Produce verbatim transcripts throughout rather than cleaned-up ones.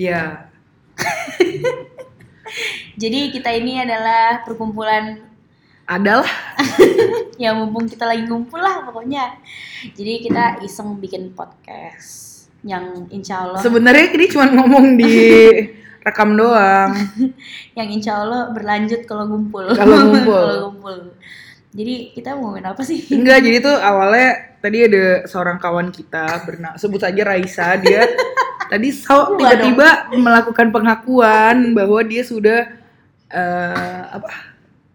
Iya. Jadi kita ini adalah perkumpulan Adalah. ya mumpung kita lagi ngumpul lah pokoknya. Jadi kita iseng bikin podcast yang insya Allah Sebenarnya ini cuma ngomong di rekam doang. yang insya Allah berlanjut kalau ngumpul. Kalau ngumpul. Kalau ngumpul. Jadi kita mau ngomongin apa sih? Enggak, jadi tuh awalnya tadi ada seorang kawan kita bernama sebut saja Raisa, dia tadi so, tiba-tiba melakukan pengakuan bahwa dia sudah uh, apa?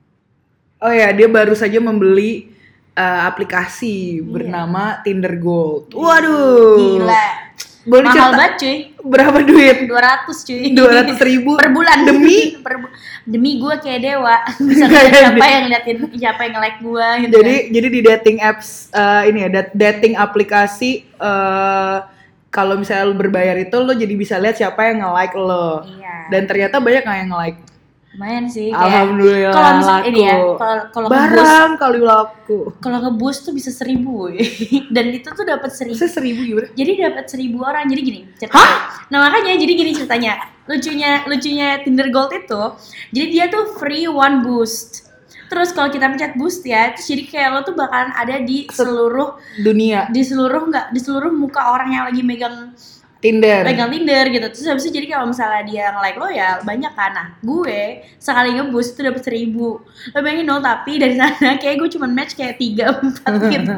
Oh ya, dia baru saja membeli uh, aplikasi iya. bernama Tinder Gold. Waduh. Gila. Boleh mahal cerita, banget cuy. Berapa duit? dua ratus cuy. dua ratus ribu per bulan. Demi? per bu- demi gue kayak dewa. Bisa ngeliat siapa yang ngeliatin, siapa yang nge-like gue gitu. Jadi kan? jadi di dating apps uh, ini ya, dating aplikasi uh, kalau misalnya lo berbayar itu lo jadi bisa lihat siapa yang nge-like lo. Iya. Dan ternyata banyak yang nge-like. Lumayan sih. Alhamdulillah. Kalau misalnya ini ya, kalau kalau barang kali laku. Kalau ngeboost tuh bisa seribu, dan itu tuh dapat seribu. Bisa seribu gimana? Jadi dapat seribu orang. Jadi gini ceritanya. Hah? Nah makanya jadi gini ceritanya. Lucunya lucunya Tinder Gold itu, jadi dia tuh free one boost. Terus kalau kita pencet boost ya, terus jadi kayak lo tuh bakalan ada di seluruh dunia, di seluruh nggak di seluruh muka orang yang lagi megang Tinder. Pegang Tinder gitu. Terus habis itu jadi kalau misalnya dia nge-like lo ya banyak kan. Nah, gue sekali nge-boost itu dapat seribu. Lo bayangin dong, tapi dari sana kayak gue cuma match kayak tiga empat gitu.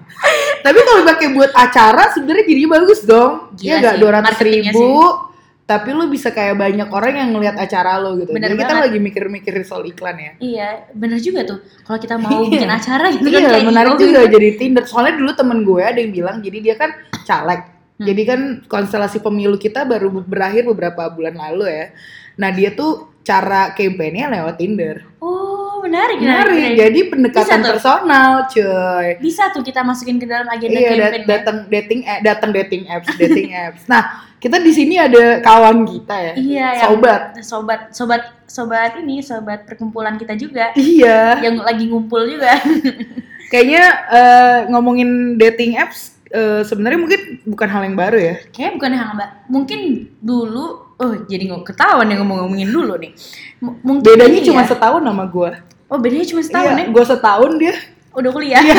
Tapi kalau pakai buat acara sebenarnya jadi bagus dong. Iya enggak dua ratus ribu. Tapi lo bisa kayak banyak orang yang ngelihat acara lo gitu. Bener jadi banget. Kita lagi mikir-mikir soal iklan ya. Iya, bener juga tuh. Kalau kita mau bikin acara gitu kan iya, kayak menarik gitu. juga jadi Tinder. Soalnya dulu temen gue ada yang bilang, jadi dia kan caleg. Hmm. Jadi kan konstelasi pemilu kita baru berakhir beberapa bulan lalu ya. Nah dia tuh cara campaign-nya lewat Tinder. Oh menarik. Menarik, menarik. Jadi pendekatan personal cuy. Bisa tuh kita masukin ke dalam agenda iya, campaign. Iya dat- datang dating eh, datang dating apps, dating apps. Nah kita di sini ada kawan kita ya. Iya. Sobat. Yang, sobat, sobat, sobat ini, sobat perkumpulan kita juga. Iya. Yang lagi ngumpul juga. Kayaknya uh, ngomongin dating apps. Uh, sebenarnya mungkin bukan hal yang baru ya. Kayaknya bukan hal yang baru. Mungkin dulu, oh jadi nggak ketahuan ya ngomong-ngomongin dulu nih. M- mungkin bedanya cuma ya. setahun sama gue. Oh bedanya cuma setahun iya, ya? Gue setahun dia udah kuliah. Iya.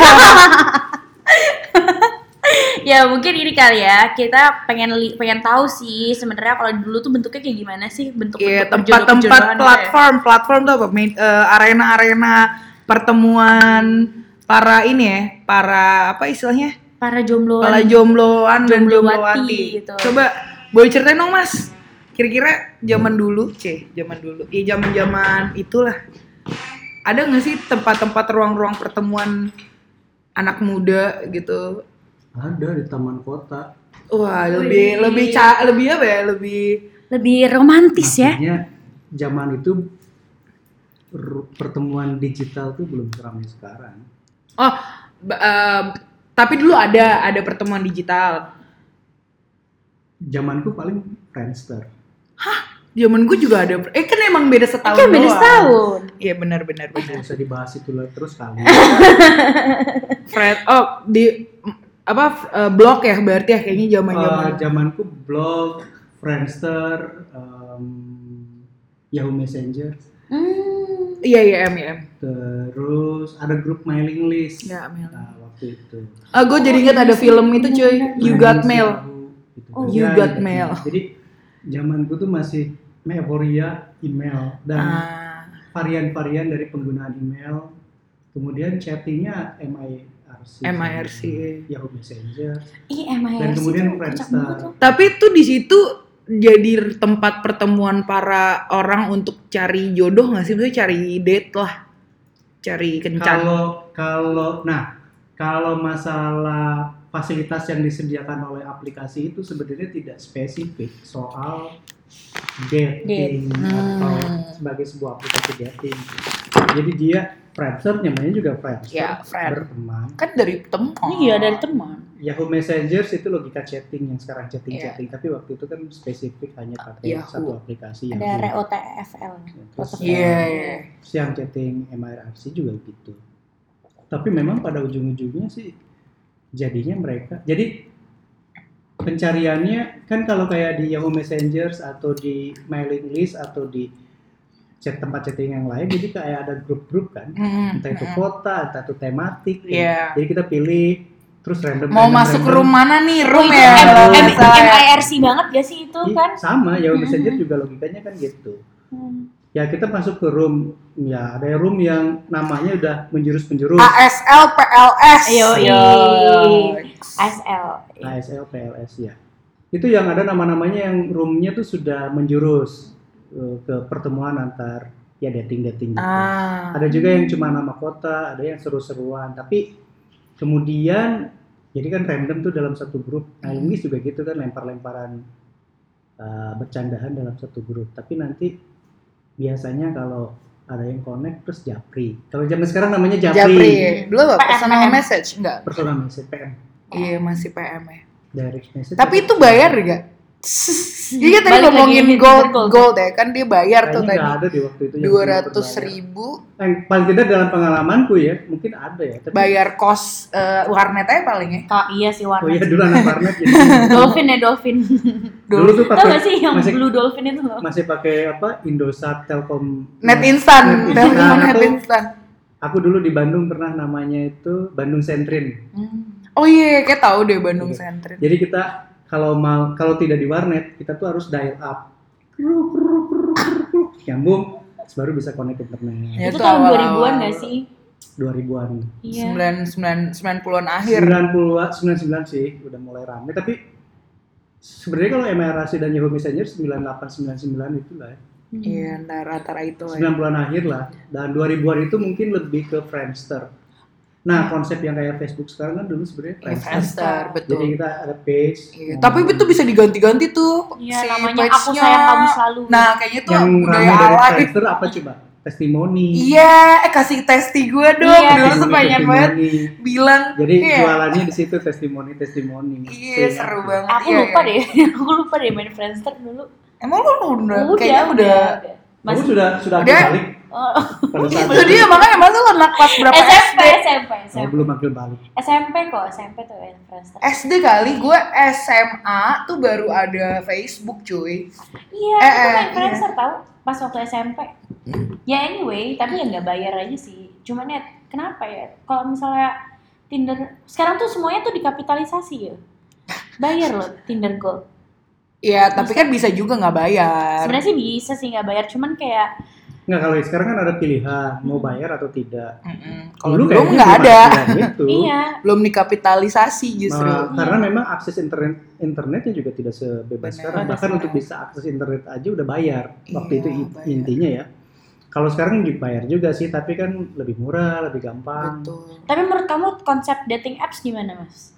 Ya mungkin ini kali ya, kita pengen li- pengen tahu sih sebenarnya kalau dulu tuh bentuknya kayak gimana sih bentuk-bentuk yeah, tempat-tempat platform ya? Platform tuh apa? Uh, arena-arena pertemuan para ini ya, para apa istilahnya? Para jombloan, para jombloan dan jomblowati gitu. Coba boleh ceritain dong Mas, kira-kira zaman dulu, c, zaman dulu, ya zaman-zaman itulah, ada nggak sih tempat-tempat ruang-ruang pertemuan anak muda gitu? Ada di taman kota. Wah lebih Wih. lebih ca, lebih apa ya, lebih lebih romantis. Maksudnya, ya. Zaman itu pertemuan digital tuh belum seramai sekarang. Oh. Uh, Tapi dulu ada ada pertemuan digital. Zamanku paling Friendster. Hah? Zamanku juga ada. Eh kan emang beda setahun. Kan beda setahun. Iya benar benar benar. Gak usah dibahas itu lah terus kali. Fred, oh di apa uh, blog ya berarti ya kayaknya zaman-zaman. Uh, zamanku blog, Friendster, um, Yahoo Messenger. Hmm. Iya iya M M. Terus ada grup mailing list. Ya mailing. Nah, itu. Ah, gue oh, jadi ingat ada film itu cuy, You Got Mail. Gitu. Oh, You ya, Got gitu. Mail. Jadi zamanku tuh masih euforia email dan ah. varian-varian dari penggunaan email. Kemudian chattingnya M I R C, M I R C, Yahoo Messenger. Ih, M I R C. Dan kemudian Friendster. Tapi itu di situ jadi tempat pertemuan para orang untuk cari jodoh nggak sih? Maksudnya cari date lah, cari kencan. Kalau kalau nah Kalau masalah fasilitas yang disediakan oleh aplikasi itu sebenarnya tidak spesifik soal dating hmm. atau sebagai sebuah aplikasi dating. Jadi dia Friendster namanya juga Friendster, ya, friend. Berteman. Kan dari teman. Iya dari teman. Yahoo Messenger itu logika chatting yang sekarang chatting-chatting, yeah. tapi waktu itu kan spesifik hanya pakai Yahoo. satu aplikasi. Ada R O T F L. Iya. Yeah. Yang chatting M I R C juga gitu. Tapi memang pada ujung-ujungnya sih jadinya mereka jadi pencariannya kan kalau kayak di Yahoo Messengers atau di mailing list atau di chat tempat chatting yang lain, jadi kayak ada grup-grup kan, Mm-mm, entah itu mm-mm. kota, entah itu tematik. Iya. Jadi kita pilih terus random. Mau random, masuk random. room mana nih? Oh, Room itu ya. M- kalau M- nggak salah ya. M I R C banget gak sih itu Ih, kan? sama Yahoo Hmm. Messenger juga logikanya kan gitu. Hmm. Ya kita masuk ke room, ya ada room yang namanya udah menjurus-menjurus. A S L P L S. Yo, Yo. A S L. A S L, P L S ya. Itu yang ada nama-namanya yang roomnya tuh sudah menjurus uh, ke pertemuan antar ya dating-dating gitu. Ah. Ada juga yang cuma nama kota, ada yang seru-seruan. Tapi kemudian jadi kan random tuh dalam satu grup. Nah ini juga gitu kan lempar-lemparan uh, bercandaan dalam satu grup. Tapi nanti biasanya kalau ada yang connect terus japri. Kalau zaman sekarang namanya japri. Japri. Dulu apa? P M, Personal P M. message enggak? Personal message P M. Iya, masih P M ya. Direct message. Tapi itu bayar enggak? Iya tadi Balik lagi ngomongin Tinder gold, Gold. gold ya kan dia bayar tuh kayaknya tadi nggak ada di waktu itu yang dua cuma ratus berbayar. ribu Eh, paling tidak dalam pengalamanku ya, mungkin ada ya. Tapi, bayar kos eh, warnet aja paling ya. Kak, iya sih oh iya warna. dulu anak warnet jadi Dolphin ya Dolphin. dulu tuh Tau pakai gak sih yang masih Blue Dolphin itu loh? masih pakai apa Indosat, Telkom, Net instan, Net telepon instan, net atau instan. aku dulu di Bandung pernah namanya itu Bandung Sentrin. Hmm. Oh iya, kayak tahu deh Bandung Iya. Sentrin. Jadi kita kalau mau kalau tidak di warnet kita tuh harus dial up, Kruk, kruk, kruk, kruk, kruk. nyambung, terus baru bisa connect internet. Ya, Itu itu tahun awal-awal. dua ribuan gak sih? dua ribuan. Iya. Sembilan sembilan sembilan puluhan akhir. sembilan puluhan, sembilan puluh sembilan sih udah mulai rame, tapi sebenarnya kalau M I R A C dan Yahoo Messenger sembilan puluh delapan sembilan puluh sembilan itu lah ya. Hmm. Iya, antara itu lah. sembilan puluhan akhir lah, dan dua ribuan itu mungkin lebih ke Friendster. Nah konsep yang kayak Facebook sekarang kan dulu sebenarnya Iya, Friendster. Friendster, Jadi betul. kita ada page. Iya, mau- tapi itu bisa diganti-ganti tuh Iya, si namanya page-nya. Aku Sayang Kamu Selalu. Nah, kayaknya tuh yang budaya ramai dari alay. Friendster apa coba? Testimoni. Iya, eh kasih testi gue dong. Iya, Dulu tuh Testimoni, banyak banget testimoni. bilang. Jadi iya. jualannya di situ testimoni testimoni. Iya, seru banget. Aku Iya, lupa iya. deh, aku lupa deh main Friendster dulu. Emang lu udah, Udah, kayaknya udah. Kamu Masih. sudah sudah Udah? balik Oh, pada saat Itu dia makanya masa lu anak kelas berapa S M P, S D? S M P, S Oh, M P. belum akil balik. S M P kok, S M P tuh main Friendster. S D kali, gue S M A tuh baru ada Facebook cuy. Iya, Eh, aku eh, main iya. Friendster tau pas waktu S M P. Ya anyway, tapi ya nggak bayar aja sih. Cuman ya kenapa ya? Kalau misalnya Tinder sekarang tuh semuanya tuh dikapitalisasi ya. Bayar loh Tinder Gold. Iya, tapi kan bisa juga nggak bayar. Sebenarnya sih bisa sih nggak bayar, cuman kayak Nggak, kalau sekarang kan ada pilihan mau bayar atau tidak. Mm-mm. Kalau Dulu dulu kayaknya nggak belum ada, pilihan itu. iya. belum dikapitalisasi justru. Nah, karena memang akses internet internetnya juga tidak sebebas Benar. sekarang. Benar, Bahkan benar. untuk bisa akses internet aja udah bayar. Waktu Iya, itu i- bayar. intinya ya. Kalau sekarang dibayar juga sih, tapi kan lebih murah, lebih gampang. Betul. Tapi menurut kamu konsep dating apps gimana, Mas?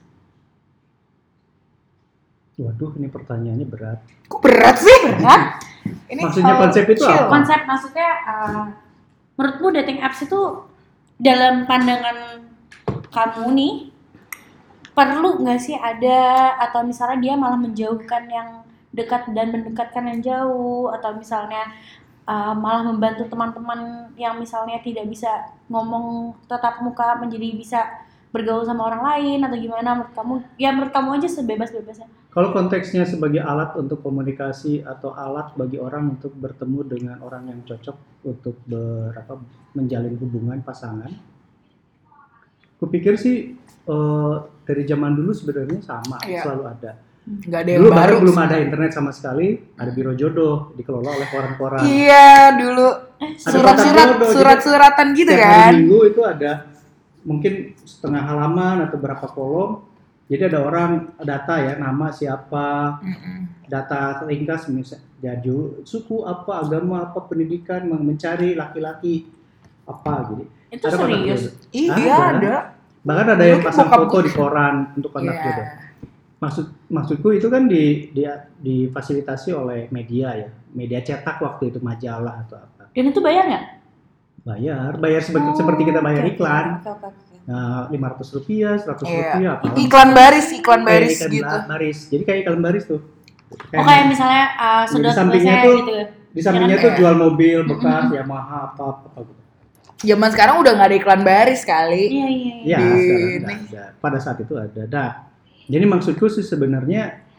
Waduh, ini pertanyaannya berat. Kok berat sih? Berat? Ini Maksudnya hal konsep itu kecil. apa? Konsep maksudnya uh, menurutmu dating apps itu dalam pandangan kamu nih perlu nggak sih ada, atau misalnya dia malah menjauhkan yang dekat dan mendekatkan yang jauh, atau misalnya uh, malah membantu teman-teman yang misalnya tidak bisa ngomong tatap muka menjadi bisa bergaul sama orang lain, atau gimana menurut kamu? Ya menurut kamu aja sebebas-bebasnya. Kalau konteksnya sebagai alat untuk komunikasi atau alat bagi orang untuk bertemu dengan orang yang cocok untuk ber, apa, menjalin hubungan pasangan, kupikir sih eh, dari zaman dulu sebenarnya sama, Iya. selalu ada. Nggak ada yang Dulu bahkan baru. belum ada internet sama sekali, ada biro jodoh dikelola oleh koran-koran. Iya, dulu Ada surat-surat kotak jodoh, surat-suratan gitu Setiap kan. hari Minggu itu ada mungkin setengah halaman atau berapa kolom. Jadi ada orang data ya, nama siapa, Mm-mm. data ringkas misalnya jadi suku apa, agama apa, pendidikan, mencari laki-laki apa gitu. Itu Ada kotak serius? jodoh. Iya, ada. Bahkan ada Dulu yang kan pasang bokap foto gua- di koran untuk kontak Iya. jodoh. Maksud maksudku itu kan di, di difasilitasi oleh media ya, media cetak waktu itu, majalah atau apa. Dan itu bayar nggak? Bayar, bayar seperti Oh, seperti kita bayar oke, iklan. oke, oke, oke. Nah, lima ratus rupiah, seratus Iya. rupiah, apa Iklan baris, iklan Kayak baris iklan gitu. baris. Jadi kayak iklan baris tuh. Oh kayak misalnya uh, Di sudah sampingnya selesai tuh- gitu. di sampingnya Iya tuh kan? jual mobil bekas, Yamaha apa apa, apa gitu. Zaman sekarang udah nggak ada iklan baris kali. Iya iya. Iya, Di sekarang ini. nggak ada. Pada saat itu ada. Nah, jadi maksudku sih sebenarnya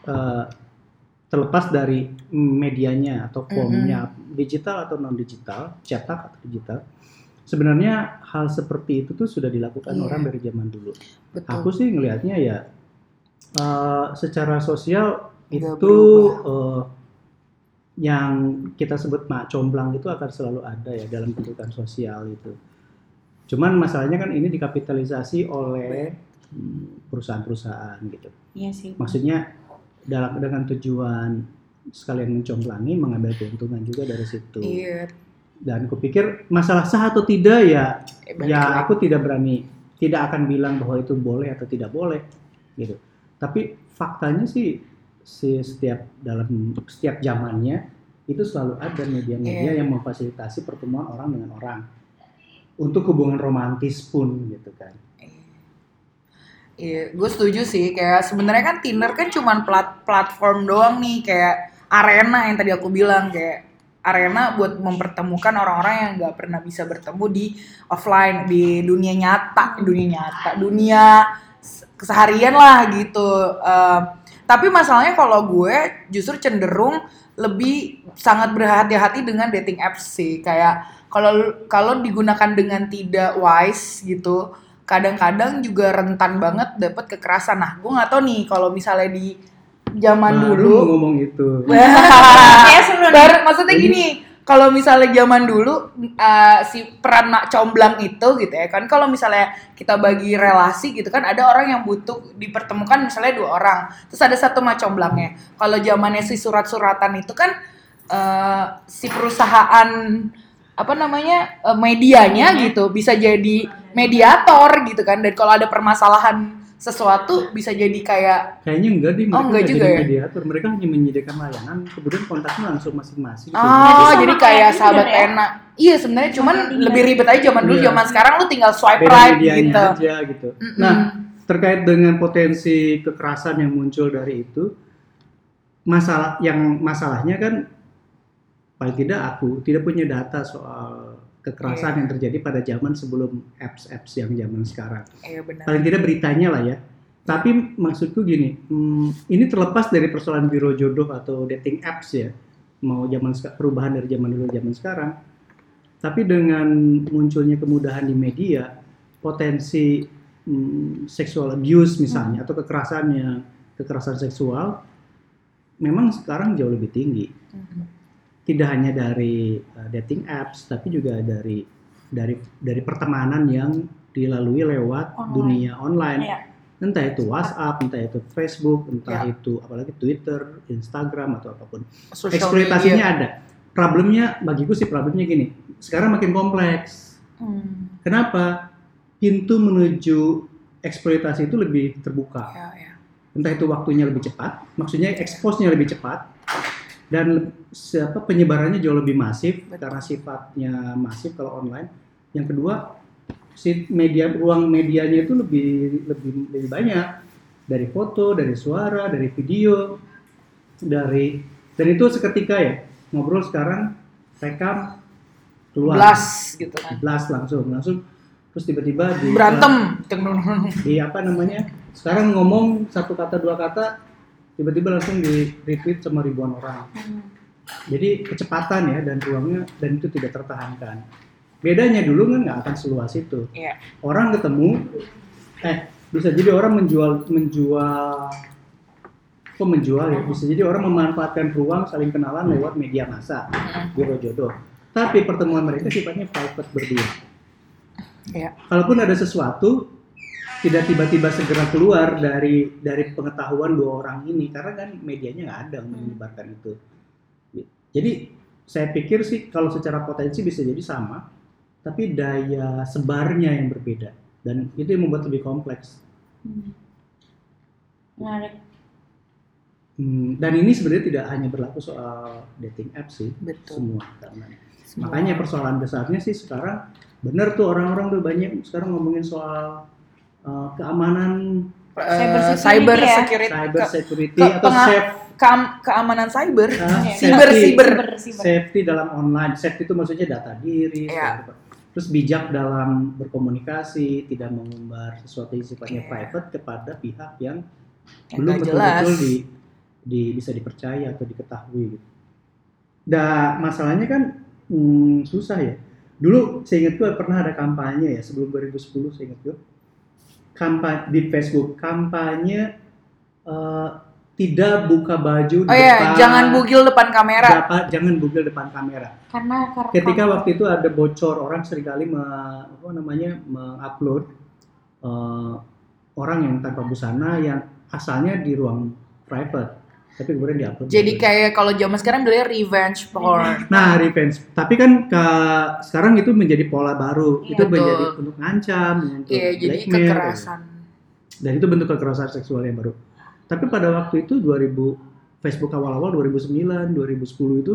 uh, terlepas dari medianya atau formnya, mm-hmm. digital atau non digital, cetak atau digital, sebenarnya hal seperti itu tuh sudah dilakukan yeah. orang dari zaman dulu. Betul. Aku sih ngelihatnya ya uh, secara sosial Udah itu uh, yang kita sebut mak comblang itu akan selalu ada ya dalam kehidupan sosial itu. Cuman masalahnya kan ini dikapitalisasi oleh hmm, perusahaan-perusahaan gitu. Iya sih. Maksudnya dalam dengan tujuan sekalian mencomblangi, mengambil keuntungan juga dari situ. Iya. Dan kupikir masalah sah atau tidak ya, eh, ya aku tidak berani, tidak akan bilang bahwa itu boleh atau tidak boleh gitu. Tapi faktanya sih si setiap dalam setiap zamannya itu selalu ada media-media yeah. yang memfasilitasi pertemuan orang dengan orang untuk hubungan romantis pun gitu kan. Iya, gue setuju sih. Kayak sebenarnya kan Tinder kan cuman plat- platform doang nih, kayak arena yang tadi aku bilang, kayak arena buat mempertemukan orang-orang yang nggak pernah bisa bertemu di offline, di dunia nyata, dunia nyata, dunia keseharian lah gitu. Uh, Tapi masalahnya kalau gue justru cenderung lebih sangat berhati-hati dengan dating apps sih. Kayak kalau kalau digunakan dengan tidak wise gitu, kadang-kadang juga rentan banget dapat kekerasan. Nah, gue nggak tahu nih kalau misalnya di zaman Baru dulu. ngomong itu. Baru, maksudnya gini. Kalau misalnya zaman dulu uh, si peran mak comblang itu gitu ya kan, kalau misalnya kita bagi relasi gitu kan, ada orang yang butuh dipertemukan misalnya dua orang, terus ada satu mak comblangnya. Kalau zamannya si surat-suratan itu kan uh, si perusahaan apa namanya uh, medianya gitu bisa jadi mediator gitu kan, dan kalau ada permasalahan sesuatu bisa jadi kayak kayaknya enggak deh, mereka oh, enggak juga jadi ya? mediator, mereka hanya menyediakan layanan, kemudian kontaknya langsung masing-masing. Oh, gitu. jadi kayak sahabat ya? enak. Iya sebenarnya, cuman lebih ribet aja zaman dulu, iya. zaman sekarang lu tinggal swipe Beda right medianya gitu. aja gitu. Mm-mm. Nah, terkait dengan potensi kekerasan yang muncul dari itu, masalah yang masalahnya kan paling tidak aku tidak punya data soal kekerasan yeah. yang terjadi pada zaman sebelum apps-apps yang zaman sekarang. Iya yeah, benar. Paling tidak beritanya lah ya. Tapi maksudku gini, hmm, ini terlepas dari persoalan biro jodoh atau dating apps ya, mau zaman perubahan dari zaman dulu zaman sekarang. Tapi dengan munculnya kemudahan di media, potensi hmm, sexual abuse misalnya hmm. atau kekerasannya, kekerasan seksual, memang sekarang jauh lebih tinggi. Hmm. Tidak hanya dari uh, dating apps, tapi juga dari dari dari pertemanan yang dilalui lewat online. dunia online. Ya. Entah itu WhatsApp, entah itu Facebook, entah ya. itu apalagi Twitter, Instagram atau apapun. Social eksploitasinya media. Ada. Problemnya bagiku sih problemnya gini. Sekarang makin kompleks. Hmm. Kenapa? Pintu menuju eksploitasi itu lebih terbuka. Ya, ya. Entah itu waktunya lebih cepat, maksudnya expose-nya lebih cepat, dan siapa penyebarannya jauh lebih masif. Betul. Karena sifatnya masif kalau online. Yang kedua, si media ruang medianya itu lebih lebih lebih banyak, dari foto, dari suara, dari video, dari dan itu seketika ya, ngobrol sekarang rekam keluar blast gitu kan, blast langsung langsung terus tiba-tiba di berantem di apa namanya sekarang ngomong satu kata dua kata tiba-tiba langsung di retweet sama ribuan orang. Jadi kecepatan ya dan ruangnya, dan itu tidak tertahankan. Bedanya dulu kan nggak akan seluas itu. Yeah. Orang ketemu, eh bisa jadi orang menjual menjual, kok menjual ya? Bisa jadi orang memanfaatkan ruang saling kenalan lewat media massa, biro jodoh. Tapi pertemuan mereka sifatnya private berdua. Yeah. Kalaupun ada sesuatu, tidak tiba-tiba segera keluar dari dari pengetahuan dua orang ini, karena kan medianya nggak ada menyebarkan itu. Jadi saya pikir sih kalau secara potensi bisa jadi sama. Tapi daya sebarnya yang berbeda, dan itu yang membuat lebih kompleks. Menarik. Hmm, dan ini sebenarnya tidak hanya berlaku soal dating apps sih, betul. Semua karena semua. Makanya persoalan besarnya sih sekarang benar tuh orang-orang tuh banyak sekarang ngomongin soal uh, keamanan uh, cyber security, cyber security, ya? cyber security ke, atau penga- safe ke- keamanan cyber, uh, cyber, safety, cyber, safety dalam online. Safety itu maksudnya data diri. Yeah. Terus bijak dalam berkomunikasi, tidak mengumbar sesuatu yang sifatnya yeah. private kepada pihak yang, yang belum betul-betul di di, bisa dipercaya atau diketahui gitu. Nah, masalahnya kan hmm, susah ya. Dulu saya ingat gue pernah ada kampanye ya sebelum dua ribu sepuluh saya ingat gue. Kampanye di Facebook, kampanye uh, tidak buka baju Oh di iya, depan, jangan bugil depan kamera. Dapat, jangan bugil depan kamera. Karena karena Ketika waktu itu ada bocor, orang seringkali me, apa namanya mengupload uh, orang yang tanpa busana yang asalnya di ruang private, tapi kemudian diupload. Jadi kayak kalau zaman sekarang bilangnya revenge porn. Nah, revenge. Tapi kan ke, sekarang itu menjadi pola baru. Iya, itu betul. menjadi untuk ngancam, untuk Iya, jadi blackmail, kekerasan. dan itu bentuk kekerasan seksual yang baru. Tapi pada waktu itu dua ribu Facebook awal-awal dua ribu sembilan, dua ribu sepuluh itu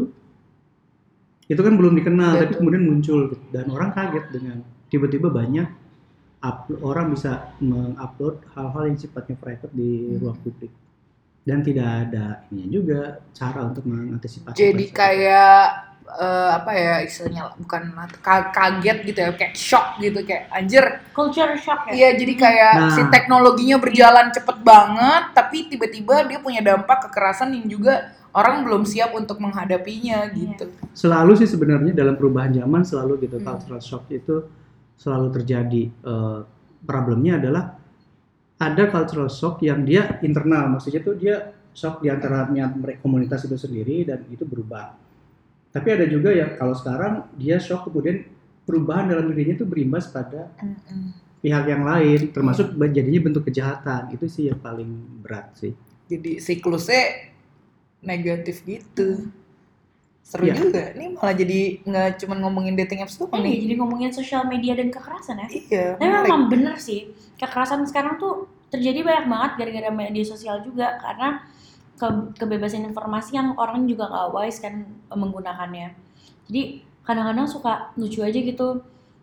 itu kan belum dikenal, Betul. tapi kemudian muncul dan orang kaget dengan tiba-tiba banyak upload, orang bisa mengupload hal-hal yang sifatnya private di Hmm. ruang publik dan tidak ada ininya juga cara untuk mengantisipasi. Jadi kayak eh, apa ya istilahnya, bukan ka- kaget gitu ya, kayak shock gitu, kayak anjir. culture shock ya. Iya, jadi kayak Nah. si teknologinya berjalan cepet banget, tapi tiba-tiba dia punya dampak kekerasan yang juga orang belum siap untuk menghadapinya gitu. Selalu sih sebenarnya dalam perubahan zaman selalu gitu, Hmm. cultural shock itu selalu terjadi. Eh, problemnya adalah ada cultural shock yang dia internal, maksudnya tuh dia shock di antara mereka komunitas itu sendiri dan itu berubah. Tapi ada juga ya kalau sekarang dia shock kemudian perubahan dalam dirinya itu berimbas pada Mm-mm. pihak yang lain, termasuk jadinya bentuk kejahatan. Itu sih yang paling berat sih. Jadi siklusnya negatif gitu. Seru Iya. juga. Ini malah jadi nggak cuma ngomongin dating apps tuh Ini nih. jadi ngomongin sosial media dan kekerasan ya. Iya. Tapi menarik. memang bener sih, kekerasan sekarang tuh terjadi banyak banget gara-gara media sosial juga, karena ke- kebebasan informasi yang orang juga gak wise kan menggunakannya. Jadi kadang-kadang suka lucu aja gitu,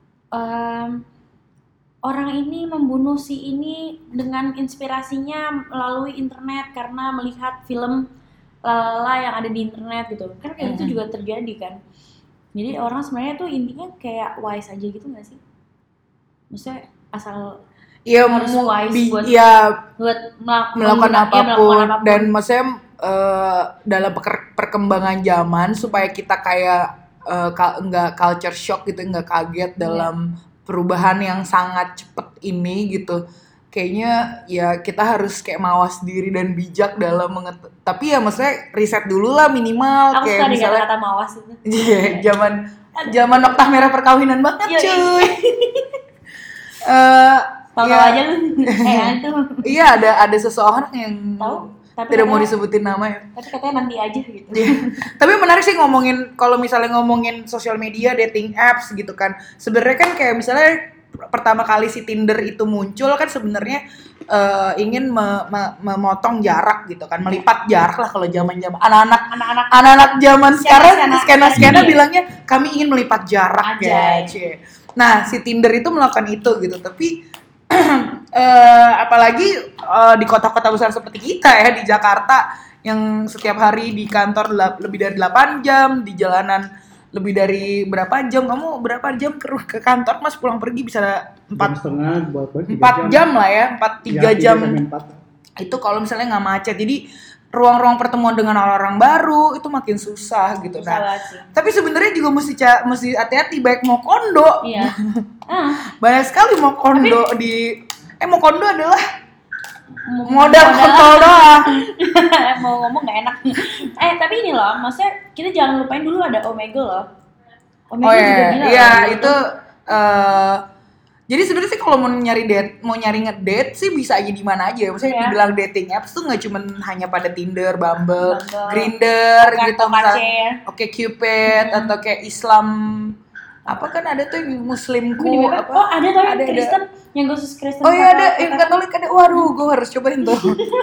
Em, orang ini membunuh si ini dengan inspirasinya melalui internet karena melihat film lalala yang ada di internet gitu. Kan kayak gitu Mhm. juga terjadi kan. Jadi orang sebenarnya tuh intinya kayak wise aja gitu gak sih? Maksudnya asal Iya, harus mu- wise bi- buat- iya, buat melak- melakukan mengguna- apapun, ya, melakukan apapun. dan maksudnya eh, dalam peker- perkembangan zaman supaya kita kayak eh, ka- nggak culture shock gitu, nggak kaget dalam perubahan yang sangat cepet ini gitu. Kayaknya ya kita harus kayak mawas diri dan bijak dalam menget- tapi ya maksudnya riset dulu lah minimal. Aku Kayak suka dengan misalnya kata mawas itu. iya, zaman zaman noktah merah perkawinan banget Iya, cuy. Eh, Tahu ya, aja lu. Eh itu. iya, ada ada seseorang yang Tahu? Tapi tidak mau katanya- disebutin nama ya. Tapi katanya nanti aja gitu. Iya. Tapi menarik sih ngomongin, kalau misalnya ngomongin sosial media, dating apps gitu kan. Sebenarnya kan kayak misalnya pertama kali si Tinder itu muncul kan sebenarnya eh, ingin me- me- memotong jarak gitu kan, melipat jarak lah kalau zaman-zaman anak-anak Anak-anak anak-anak zaman sekarang Skena-skena. skena-skena Iya. bilangnya kami ingin melipat jarak ya. Anjay. Cie. Nah, si Tinder itu melakukan itu gitu, tapi eh, apalagi eh, di kota-kota besar seperti kita ya, di Jakarta yang setiap hari di kantor la- lebih dari delapan jam, di jalanan lebih dari berapa jam, kamu berapa jam ke, ke kantor Mas, pulang pergi bisa Jam empat setengah buat buat tiga empat jam lah ya, empat tiga Ya, jam sampai empat. itu kalau misalnya nggak macet. Jadi ruang-ruang pertemuan dengan orang-orang baru itu makin susah gitu. susah Nah, banget sih. tapi sebenarnya juga mesti ca- mesti hati-hati, baik mau kondo. Iya. Ah, Banyak sekali mau kondo di eh mau kondo adalah mau- modal kontol doang. mau ngomong nggak enak. Eh tapi ini loh, maksudnya kita jangan lupain dulu ada Omegle loh. Omegle Oh juga iya, gila iya loh, itu eh jadi sebenarnya sih kalau mau nyari date, mau nyari ngedate sih bisa aja di mana aja. Maksudnya Iya. dibilang dating apps tuh nggak cuma hanya pada Tinder, Bumble, Bumble, Grindr Oka- gitu, Okace. misalnya Oke Cupid Hmm. atau kayak Islam apa kan ada tuh yang Muslimku Tapi di mana- apa? Oh ada tapi Ada, ada. Kristen yang khusus Kristen. Oh iya ada, kata- yang kata- Katolik ada. Waduh, gue harus cobain tuh.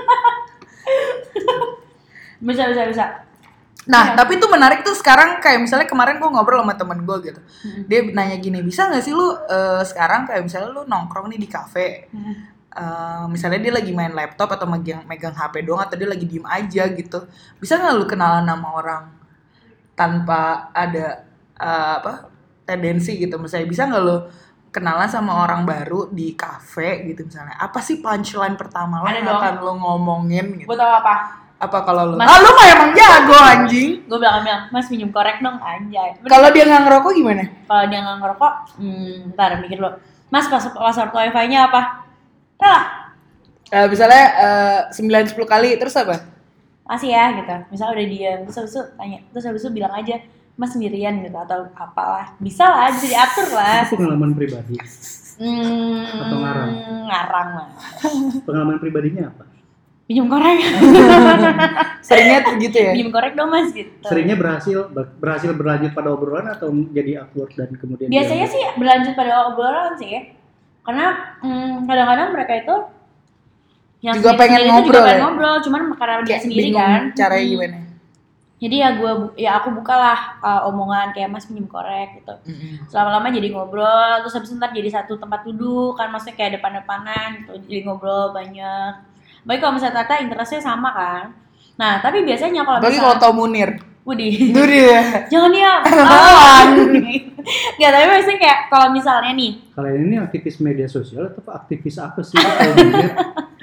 Bisa bisa bisa. Nah, Iya. tapi itu menarik tuh sekarang kayak misalnya kemarin gue ngobrol sama temen gue gitu. Hmm. Dia nanya gini, bisa nggak sih lu eh, sekarang kayak misalnya lu nongkrong nih di kafe, Hmm. eh, misalnya dia lagi main laptop atau megang megang H P doang atau dia lagi diem aja gitu, bisa nggak lu kenalan sama orang tanpa ada eh, apa tendensi gitu, misalnya bisa nggak lu kenalan sama orang baru di kafe gitu misalnya, apa sih punchline pertama lo Ada yang dong. akan lu ngomongin gitu? Gue tau apa? Apa kalau lu? Mas- Ah lu mah emang jago anjing. Gue bilang bilang, Mas minum korek dong, anjay. Kalau dia nggak ngerokok gimana? Kalau dia nggak ngerokok, hmm, ntar mikir dulu. Mas pas password wifi-nya apa? Rela? Uh, misalnya uh, sembilan sepuluh kali terus apa? Masih ya gitu. Misal udah diam, terus habis itu tanya, terus habis itu bilang aja, Mas sendirian gitu atau apalah. Bisa lah, bisa diatur lah. Itu pengalaman pribadi. Hmm, Atau ngarang? Ngarang lah. Pengalaman pribadinya apa? Minum korek. Seringnya tuh gitu ya? Minum korek dong Mas gitu. Seringnya berhasil berhasil berlanjut pada obrolan atau jadi awkward dan kemudian Biasanya dia- sih berlanjut pada obrolan sih. Karena hmm, kadang-kadang mereka itu yang Juga sendiri- pengen sendiri itu ngobrol juga pengen ya? ngobrol, cuman karena dia Kayak sendiri bingung kan. caranya Hmm. gimana? Jadi ya gua bu- ya aku bukalah uh, omongan kayak Mas minum korek gitu. Lama-lama jadi ngobrol, terus habis itu ntar jadi satu tempat duduk kan, maksudnya kayak depan-depanan gitu, jadi ngobrol banyak. Baik kalau misalnya Tata interestnya sama kan. Nah tapi biasanya kalau Apalagi kalau misalnya tau Munir. Widih, Itu dia. jangan diam. Kenalan. Nggak, tapi maksudnya kayak kalau misalnya nih, Kalian ini aktivis media sosial atau aktivis apa sih? Kalau dilihat,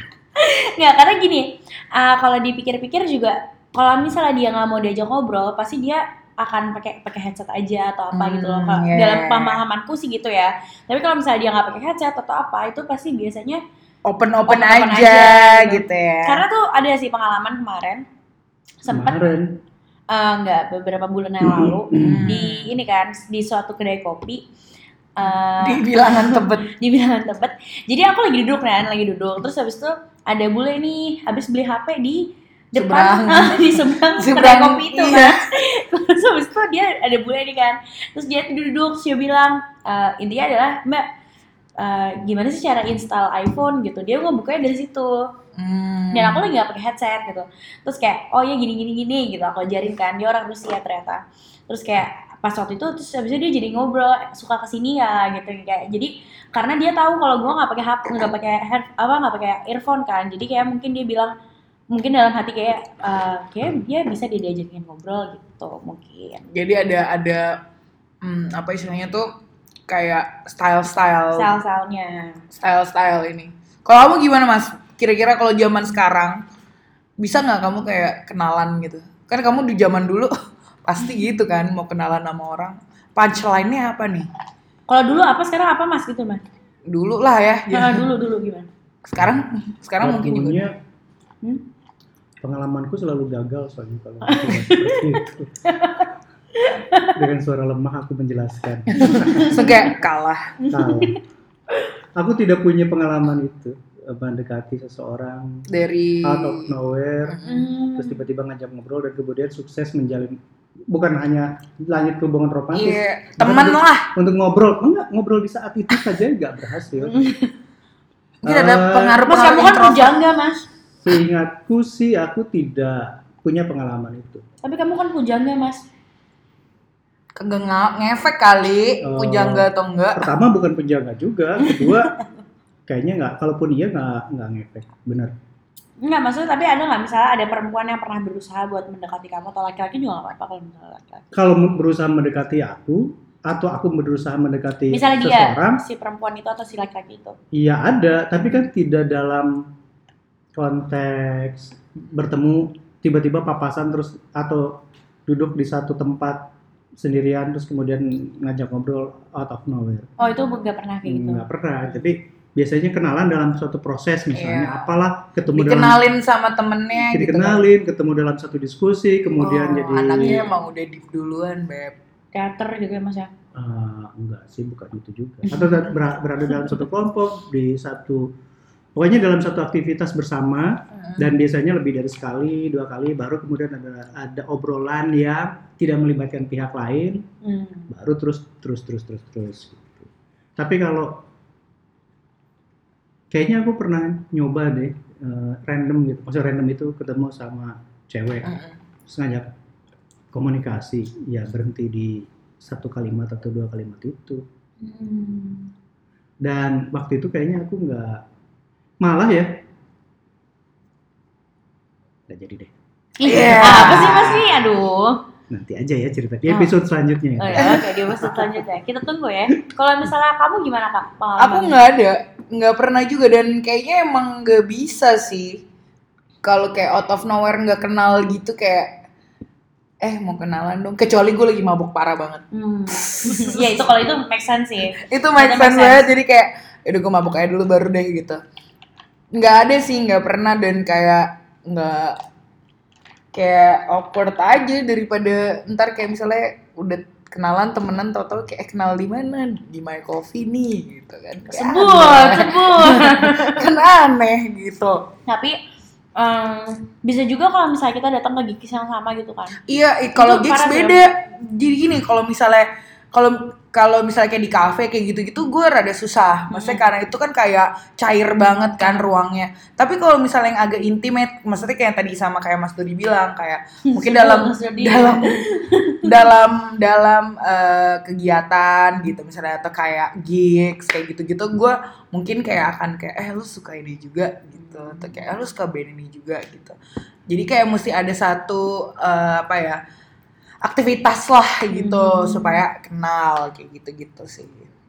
nggak karena gini, uh, kalau dipikir-pikir juga, kalau misalnya dia nggak mau diajak ngobrol, pasti dia akan pakai pakai headset aja atau apa Hmm, gitu loh. Kalau yeah. dalam pemahamanku sih gitu ya. Tapi kalau misalnya dia nggak pakai headset atau apa, itu pasti biasanya Open-open Open-open aja, aja, gitu ya. karena tuh ada sih pengalaman kemarin sempat kemarin uh, nggak beberapa bulan yang lalu Hmm. di ini kan di suatu kedai kopi uh, Di bilangan Tebet. di bilangan Tebet. Jadi aku lagi duduk kan, lagi duduk. Terus habis itu ada bule nih habis beli H P di depan Seberang. di seberang kedai Seberang, kopi itu iya. kan. Terus habis itu dia ada bule nih kan. Terus dia duduk, terus dia bilang uh, intinya adalah Mbak, uh, gimana sih cara install iPhone gitu. Dia ngebukanya dari situ. Hmm. Dan aku lagi gak pakai headset gitu. Terus kayak oh ya gini gini gini gitu. Aku ajarin kan, dia orang Rusia ternyata. Terus kayak pas waktu itu terus habis itu dia jadi ngobrol suka kesini ya gitu kayak. Jadi karena dia tahu kalau gue nggak pakai H P, nggak pakai head apa nggak pakai earphone kan. Jadi kayak mungkin dia bilang mungkin dalam hati kayak uh, kayak dia bisa dia diajakin ngobrol gitu mungkin. Jadi ada ada hmm, apa istilahnya tuh kayak style-style Style-stylenya. style-style ini. Kalau kamu gimana Mas? Kira-kira kalau zaman sekarang bisa nggak kamu kayak kenalan gitu? Kan kamu di zaman dulu pasti gitu kan mau kenalan sama orang. Punchline-nya apa nih? Kalau dulu apa sekarang apa Mas gitu Mas? Dulu lah ya. Nah, dulu dulu gimana? Sekarang sekarang mungkin juga. waktunya Hmm? pengalamanku selalu gagal soalnya kalau seperti itu. Dengan suara lemah aku menjelaskan. So, kayak kalah. Tahu. Aku tidak punya pengalaman itu mendekati seseorang Dari out of nowhere, Hmm. terus tiba-tiba ngajak ngobrol dan kemudian sukses menjalin bukan hanya lanjut ke hubungan romantis, Iya, bahkan teman untuk- lah. untuk ngobrol, enggak ngobrol di saat itu saja nggak berhasil. Mungkin ada Eh, pengaruh Mas kamu kan introvert. pujangga Mas. Seingatku sih aku tidak punya pengalaman itu. Tapi kamu kan pujangga Mas. Kagak nga- ngefek kali, Oh. pujangga atau enggak. Pertama bukan penjaga juga, kedua kayaknya nggak, kalaupun iya nggak nggak ngefek, benar. Enggak, maksudnya tapi ada nggak misalnya ada perempuan yang pernah berusaha buat mendekati kamu atau laki-laki juga nggak apa-apa kalau misalnya laki-laki. Kalau berusaha mendekati aku atau aku berusaha mendekati Misalnya dia, seseorang, si perempuan itu atau si laki-laki itu. iya ada, tapi kan tidak dalam konteks bertemu tiba-tiba papasan terus atau duduk di satu tempat sendirian terus kemudian ngajak ngobrol out of nowhere. Oh itu nggak pernah kayak gitu. Nggak pernah, tapi biasanya kenalan dalam suatu proses misalnya Iya. apalah ketemu dalam Dikenalin sama temennya gitu. dikenalin, ketemu dalam satu diskusi, Oh, kemudian jadi anaknya emang udah deep duluan, Beb. Teater gitu ya Mas ya. Ah, enggak sih, bukan itu juga. Atau ber- berada dalam satu kelompok di satu, pokoknya dalam satu aktivitas bersama dan biasanya lebih dari sekali, dua kali, baru kemudian ada ada obrolan yang tidak melibatkan pihak lain, Hmm. baru terus terus terus terus terus. Gitu. Tapi kalau kayaknya aku pernah nyoba deh eh, random gitu, maksudnya random itu ketemu sama cewek, Mm-mm. terus ngajak komunikasi, ya berhenti di satu kalimat atau dua kalimat itu. Hmm. Dan waktu itu kayaknya aku nggak, malah ya nggak jadi deh, Iya. Apa sih Mas nih? Aduh. nanti aja ya cerita di episode selanjutnya ya. Oh ya, oke, di episode selanjutnya. Kita tunggu ya. Kalau misalnya kamu gimana Kak? Pengalaman? Aku nggak ada, nggak pernah juga dan kayaknya emang nggak bisa sih. kalau kayak out of nowhere nggak kenal gitu kayak eh mau kenalan dong, kecuali gue lagi mabuk parah banget. Hmm. Ya itu kalau itu make sense sih. Itu make sense banget, jadi kayak udah gue mabuk aja dulu baru deh gitu. Nggak ada sih, nggak pernah, dan kayak nggak kayak awkward aja daripada ntar kayak misalnya udah kenalan temenan tau-tau kayak eh, kenal di mana, di My Coffee nih gitu kan. Kayak Sebut, aneh. sebut. Kan aneh gitu. Tapi um, bisa juga kalau misalnya kita datang ke gigs yang sama gitu kan. Iya, i- kalau Itu gigs parah beda. Jadi gini, kalau misalnya kalau kalau misalnya kayak di kafe kayak gitu-gitu gue rada susah. Maksudnya Hmm. karena itu kan kayak cair banget kan ruangnya. Tapi kalau misalnya yang agak intimate, maksudnya kayak yang tadi sama kayak Mas Dodi bilang kayak mungkin Sebut, dalam Mas Dodi. dalam dalam dalam eh, kegiatan gitu misalnya atau kayak gigs kayak gitu-gitu gue mungkin kayak akan kayak eh lu suka ini juga gitu atau kayak eh, lu suka band ini juga gitu. Jadi kayak mesti ada satu eh, apa ya aktivitas lah gitu Hmm. supaya kenal kayak gitu-gitu sih.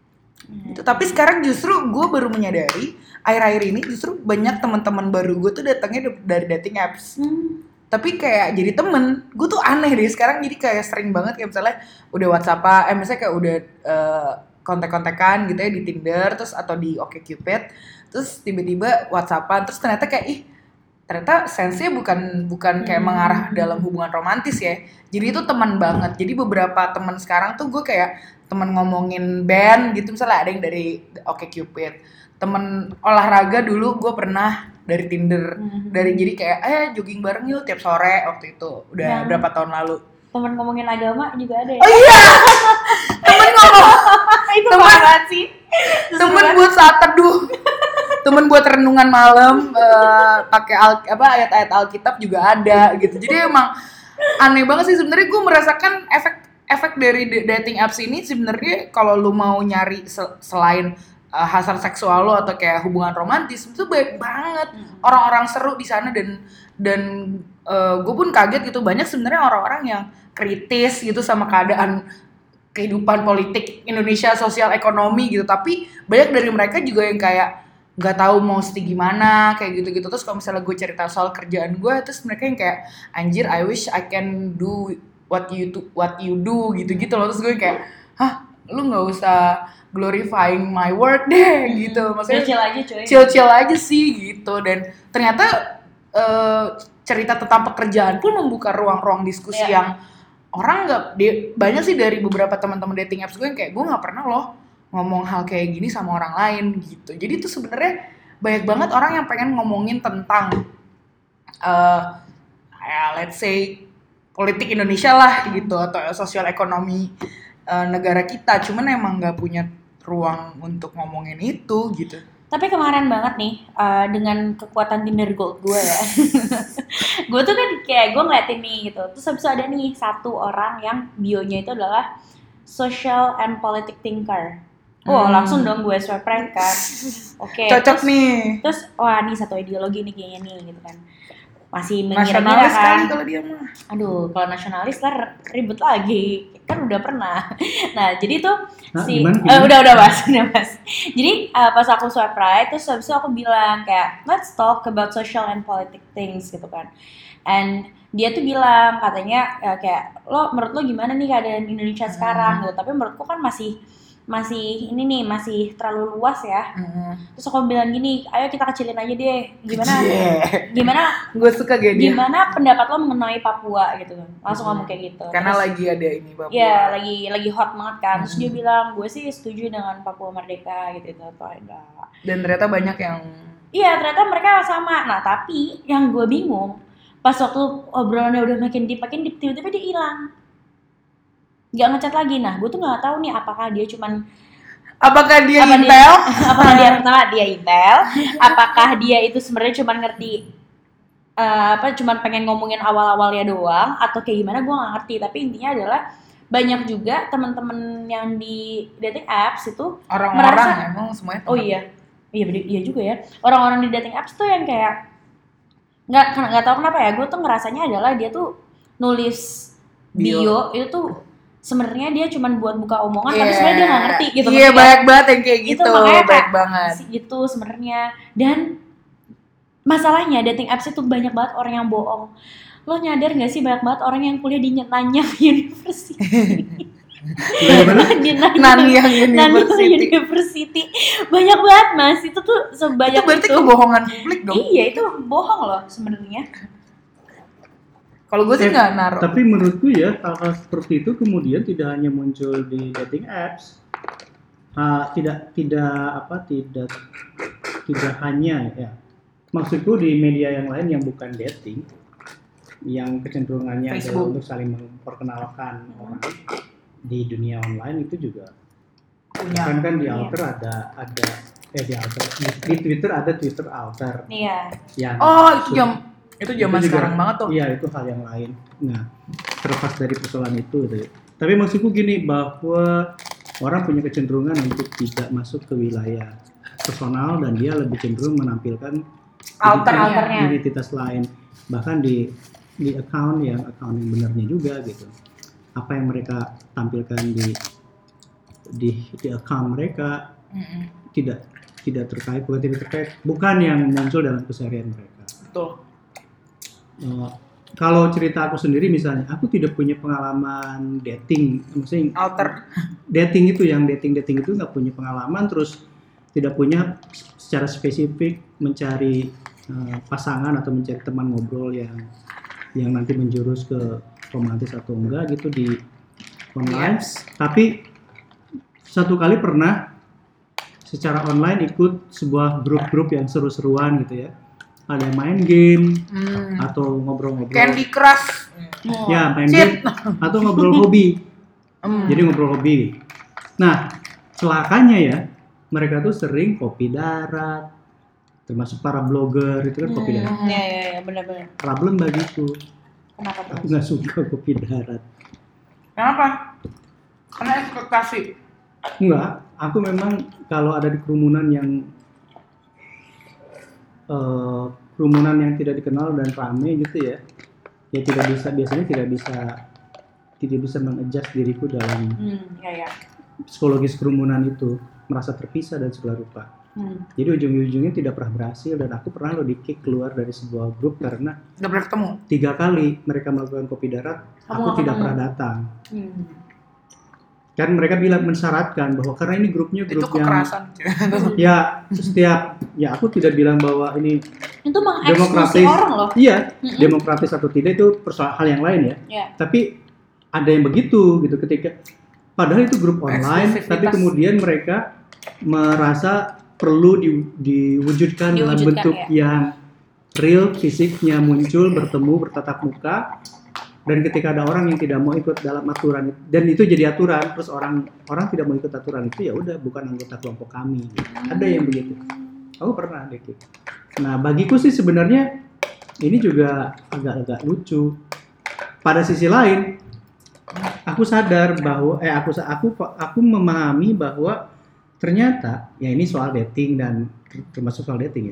Hmm. Gitu. Tapi sekarang justru gue baru menyadari akhir-akhir ini justru banyak teman-teman baru gue tuh datangnya dari dating apps. Hmm. Tapi kayak jadi temen, gue tuh aneh deh sekarang jadi kayak sering banget kayak misalnya udah WhatsApp-an, eh misalnya kayak udah uh, kontak-kontakan gitu ya di Tinder terus atau di OkCupid, terus tiba-tiba WhatsApp-an, terus ternyata kayak ih ternyata sense-nya bukan bukan kayak Hmm. mengarah dalam hubungan romantis ya, jadi itu teman banget. Jadi beberapa teman sekarang tuh gue kayak teman ngomongin band gitu, misalnya ada yang dari OkCupid, temen olahraga dulu gue pernah dari Tinder, Hmm. dari jadi kayak eh jogging bareng yuk tiap sore waktu itu udah Yang- berapa tahun lalu. Temen ngomongin agama juga ada ya. Oh iya, temen ngomong, Itu temen- parah banget sih. temen buat saat teduh, temen buat renungan malam, eh, pakai al- apa ayat-ayat Alkitab juga ada gitu. Jadi emang aneh banget sih sebenarnya. Gue merasakan efek efek dari d- dating apps ini sebenarnya kalau lu mau nyari se- selain uh, hasrat seksual lo atau kayak hubungan romantis itu baik banget, orang-orang seru di sana, dan dan gue pun kaget gitu banyak sebenarnya orang-orang yang kritis gitu sama keadaan kehidupan politik Indonesia, sosial ekonomi gitu, tapi banyak dari mereka juga yang kayak nggak tahu mau mesti gimana kayak gitu-gitu. Terus kalau misalnya gue cerita soal kerjaan gue, terus mereka yang kayak anjir I wish I can do what you do, what you do gitu-gitu loh. Terus gue kayak hah lu nggak usah glorifying my work deh gitu, maksudnya Chill aja cuy. chill-chill aja sih gitu. Dan ternyata eh, cerita tentang pekerjaan pun membuka ruang-ruang diskusi Iya. yang orang nggak di- banyak sih dari beberapa teman-teman dating apps gue yang kayak gue nggak pernah loh ngomong hal kayak gini sama orang lain gitu. Jadi itu sebenarnya banyak banget orang yang pengen ngomongin tentang eh ya let's say politik Indonesia lah gitu atau sosial ekonomi eh, negara kita, cuman emang nggak punya ruang untuk ngomongin itu gitu. Tapi kemarin banget nih, uh, dengan kekuatan Tinder Gold gue ya. Gue tuh kan kayak gue ngeliatin nih gitu. Terus habis itu ada nih satu orang yang bionya itu adalah social and politic thinker. Oh, Hmm. langsung dong gue swipe right kan. Oke. Cocok terus, nih. Terus wah nih satu ideologi nih kayaknya nih gitu kan. Masih mengira-ngira Nasionalis kan. kali kalau dia mah. Aduh, kalau nasionalis lah ribet lagi. Kan udah pernah. Nah, jadi tuh Hah, si gimana, eh, gimana? udah udah Mas, udah Mas. Jadi uh, pas aku swipe right, terus habis itu aku bilang kayak let's talk about social and politic things gitu kan. And dia tuh bilang katanya ya, kayak lo menurut lo gimana nih keadaan Indonesia sekarang gitu. Tapi menurutku kan masih masih ini nih masih terlalu luas ya. Hmm. Terus aku bilang gini, ayo kita kecilin aja deh. Gimana? Yeah. Gimana Gue suka gak dia. gimana pendapat lo mengenai Papua gitu kan. Langsung Hmm. ngomong kayak gitu. Karena Terus, lagi ada ini Papua. Iya, lagi lagi hot banget kan. Terus Hmm. dia bilang, gue sih setuju dengan Papua Merdeka gitu itu atau enggak. Dan ternyata banyak yang Iya, ternyata mereka sama. Nah, tapi yang gue bingung, pas waktu obrolannya udah makin deep, makin deep, tiba-tiba dia hilang. Gak ngechat lagi. Nah, gue tuh gak tahu nih apakah dia cuman apakah dia Apa dia- intel? apakah dia pertama dia intel, apakah dia itu sebenarnya cuman ngerti eh, apa cuman pengen ngomongin awal-awalnya doang atau kayak gimana gue nggak ngerti. Tapi intinya adalah banyak juga teman-teman yang di dating apps itu Orang-orang Merasa- emang semuanya. oh iya iya bener- iya juga ya, orang-orang di dating apps tuh yang kayak nggak nggak tahu kenapa ya, gue tuh ngerasanya adalah dia tuh nulis bio, Bio. itu tuh sebenarnya dia cuman buat buka omongan tapi Iya. sebenarnya dia nggak ngerti gitu. Iya, Maksudnya banyak banget yang kayak itu gitu. makanya Banyak kayak banget. sih gitu sebenarnya. Dan masalahnya dating apps itu banyak banget orang yang bohong. Lo nyadar nggak sih banyak banget orang yang kuliah di Nanyang University? di Nanyang University. University banyak banget mas, itu tuh sebanyak Itu berarti itu. kebohongan publik dong. Iya itu bohong loh sebenarnya. Kalau gue sih Eh, nggak naruh. Tapi menurutku ya hal-hal seperti itu kemudian tidak hanya muncul di dating apps, Ah, tidak tidak apa tidak tidak hanya ya. Maksudku di media yang lain yang bukan dating, yang kecenderungannya adalah Facebook. untuk saling memperkenalkan orang di dunia online itu juga. Punya. Kan kan di Iya. Alter ada ada eh di Alter di, di Twitter ada Twitter Alter Iya. yang Oh itu jam itu itu zaman juga- sekarang banget tuh. Iya itu hal yang lain. Nah terlepas dari persoalan itu, gitu ya. Tapi maksudku gini bahwa orang punya kecenderungan untuk tidak masuk ke wilayah personal dan dia lebih cenderung menampilkan Alternya. identitas- identitas lain, bahkan di di account yang account yang benarnya juga gitu. Apa yang mereka tampilkan di di di account mereka Mm-mm. tidak tidak terkait bukan tidak terkait bukan yang muncul dalam keseharian mereka. Betul. Uh, kalau cerita aku sendiri misalnya, aku tidak punya pengalaman dating, maksudnya Alter. dating itu yang dating dating itu nggak punya pengalaman, terus tidak punya secara spesifik mencari uh, pasangan atau mencari teman ngobrol yang yang nanti menjurus ke romantis atau enggak gitu di online. Yes. Tapi satu kali pernah secara online ikut sebuah grup-grup yang seru-seruan gitu ya. Ada yang main game Hmm. atau ngobrol-ngobrol. Candy Crush. Ya, main Cheat. game atau ngobrol hobi. Hmm. Jadi ngobrol hobi. Nah, celakanya ya, mereka tuh sering kopi darat. Termasuk para blogger itu kan kopi darat. Iya iya iya benar-benar. Problem bagiku, Kenapa aku tuh? nggak suka kopi darat. Kenapa? Karena ekspektasi. Enggak, aku memang kalau ada di kerumunan yang eh, kerumunan yang tidak dikenal dan ramai gitu ya, ya tidak bisa biasanya tidak bisa tidak bisa mengadjust diriku dalam Hmm, iya iya. psikologis kerumunan itu, merasa terpisah dan segala rupa. Hmm. Jadi ujung-ujungnya tidak pernah berhasil dan aku pernah lo di-kick keluar dari sebuah grup karena Nggak pernah ketemu. tiga kali mereka melakukan kopi darat, Kamu aku nggak tidak ketemu? pernah datang. Hmm. Kan mereka bilang mensyaratkan bahwa karena ini grupnya Itu grup yang kekerasan. ya setiap ya aku tidak bilang bahwa ini Itu mengeksklusi Demokratis. orang loh. iya Mm-mm. demokratis atau tidak itu persoalan hal yang lain ya. Ya. Tapi ada yang begitu gitu ketika padahal itu grup online Eksklusivitas. tapi kemudian mereka merasa perlu di- diwujudkan dalam Diwujudkan, bentuk ya. yang real, fisiknya muncul, bertemu, bertatap muka. Dan ketika ada orang yang tidak mau ikut dalam aturan dan itu jadi aturan, terus orang orang tidak mau ikut aturan itu ya udah bukan anggota kelompok kami. Gitu. Ada yang begitu. Aku pernah deh. Gitu. Nah bagiku sih sebenarnya ini juga agak-agak lucu. Pada sisi lain, aku sadar bahwa eh aku aku aku memahami bahwa ternyata ya ini soal dating dan termasuk soal dating ya.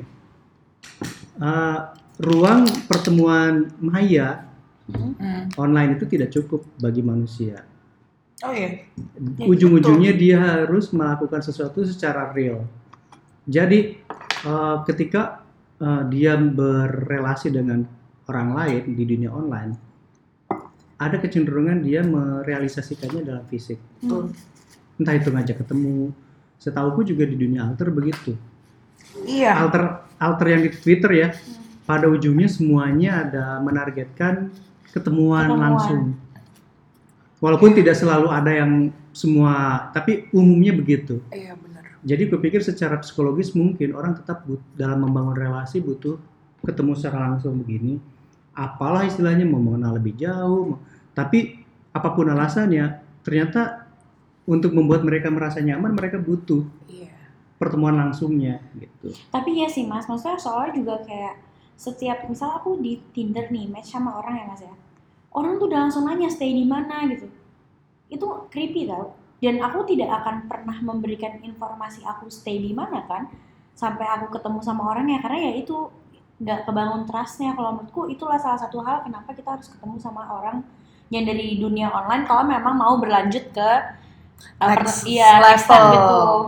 Uh, ruang pertemuan maya Hmm. online itu tidak cukup bagi manusia. Oh iya. Ujung-ujungnya dia harus melakukan sesuatu secara real. Jadi uh, ketika uh, dia berrelasi dengan orang lain di dunia online, ada kecenderungan dia merealisasikannya dalam fisik. Hmm. Entah itu ngajak ketemu. Setauku juga di dunia alter begitu. Iya. Alter alter yang di Twitter ya, pada ujungnya semuanya ada menargetkan ketemuan, Ketemuan. langsung. Walaupun tidak selalu ada yang semua, tapi umumnya begitu. Iya benar. Jadi kupikir secara psikologis mungkin orang tetap but, dalam membangun relasi butuh ketemu secara langsung begini. Apalah istilahnya mau mengenal lebih jauh. mau- Tapi apapun alasannya, ternyata untuk membuat mereka merasa nyaman, mereka butuh Iya. pertemuan langsungnya gitu. Tapi ya sih mas, maksudnya soalnya juga kayak setiap misal aku di Tinder nih match sama orang ya mas ya, orang tuh udah langsung nanya stay di mana gitu. Itu creepy tau. Dan aku tidak akan pernah memberikan informasi aku stay di mana kan sampai aku ketemu sama orangnya, karena ya itu nggak kebangun trustnya. Kalau menurutku itulah salah satu hal kenapa kita harus ketemu sama orang yang dari dunia online kalau memang mau berlanjut ke uh, Next per- iya, next step level. gitu. Mm-mm.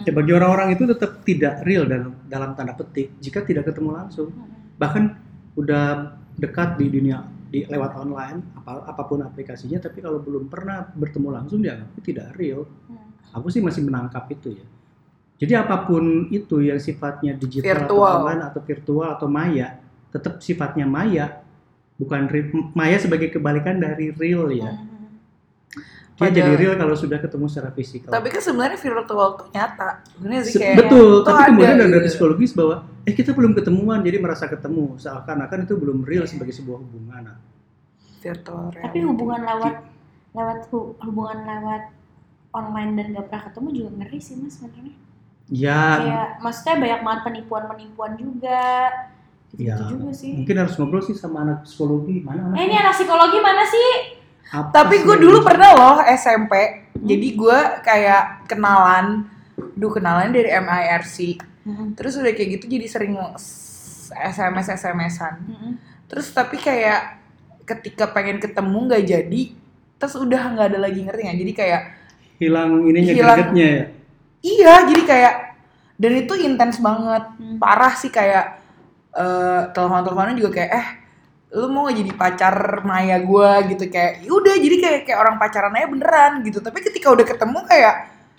Ya, bagi orang-orang itu tetap tidak real dalam dalam tanda petik jika tidak ketemu langsung. Bahkan udah dekat di dunia di lewat online apa, apapun aplikasinya, tapi kalau belum pernah bertemu langsung dianggap tidak real. Aku sih masih menangkap itu ya. Jadi apapun itu yang sifatnya digital Virtual. atau online atau virtual atau maya, tetap sifatnya maya, bukan real. Maya sebagai kebalikan dari real ya. Dia Pada- jadi real kalau sudah ketemu secara fisikal. Tapi kan sebenarnya virtual tuh nyata. Sebenarnya sih Se- kayak betul, tuh tapi ada kemudian ada gitu. psikologis bahwa eh kita belum ketemuan jadi merasa ketemu, seakan-akan itu belum real sebagai sebuah hubungan. Nah, Virtual Tapi reality. hubungan lewat lewat hu- hubungan lewat online dan gak pernah ketemu juga ngeri sih mas sebenarnya. ya, Kayak maksudnya banyak banget penipuan-penipuan juga. Gitu, ya juga sih. mungkin harus ngobrol sih sama anak psikologi mana Eh ini anaknya. anak psikologi mana sih? Apa Tapi gue sih dulu yang- pernah loh S M P. Jadi gue kayak kenalan, duh kenalan dari M I R C. Terus udah kayak gitu jadi sering S M S S M S-an. Terus tapi kayak ketika pengen ketemu nggak jadi, terus udah nggak ada lagi, ngerti nggak? Jadi kayak hilang ininya Hilang. gregetnya ya. iya, jadi kayak dan itu intens banget, Hmm. parah sih kayak eh telepon-teleponan juga kayak eh lu mau gak jadi pacar Maya gue gitu kayak udah jadi kayak kayak orang pacaran aja beneran gitu. Tapi ketika udah ketemu kayak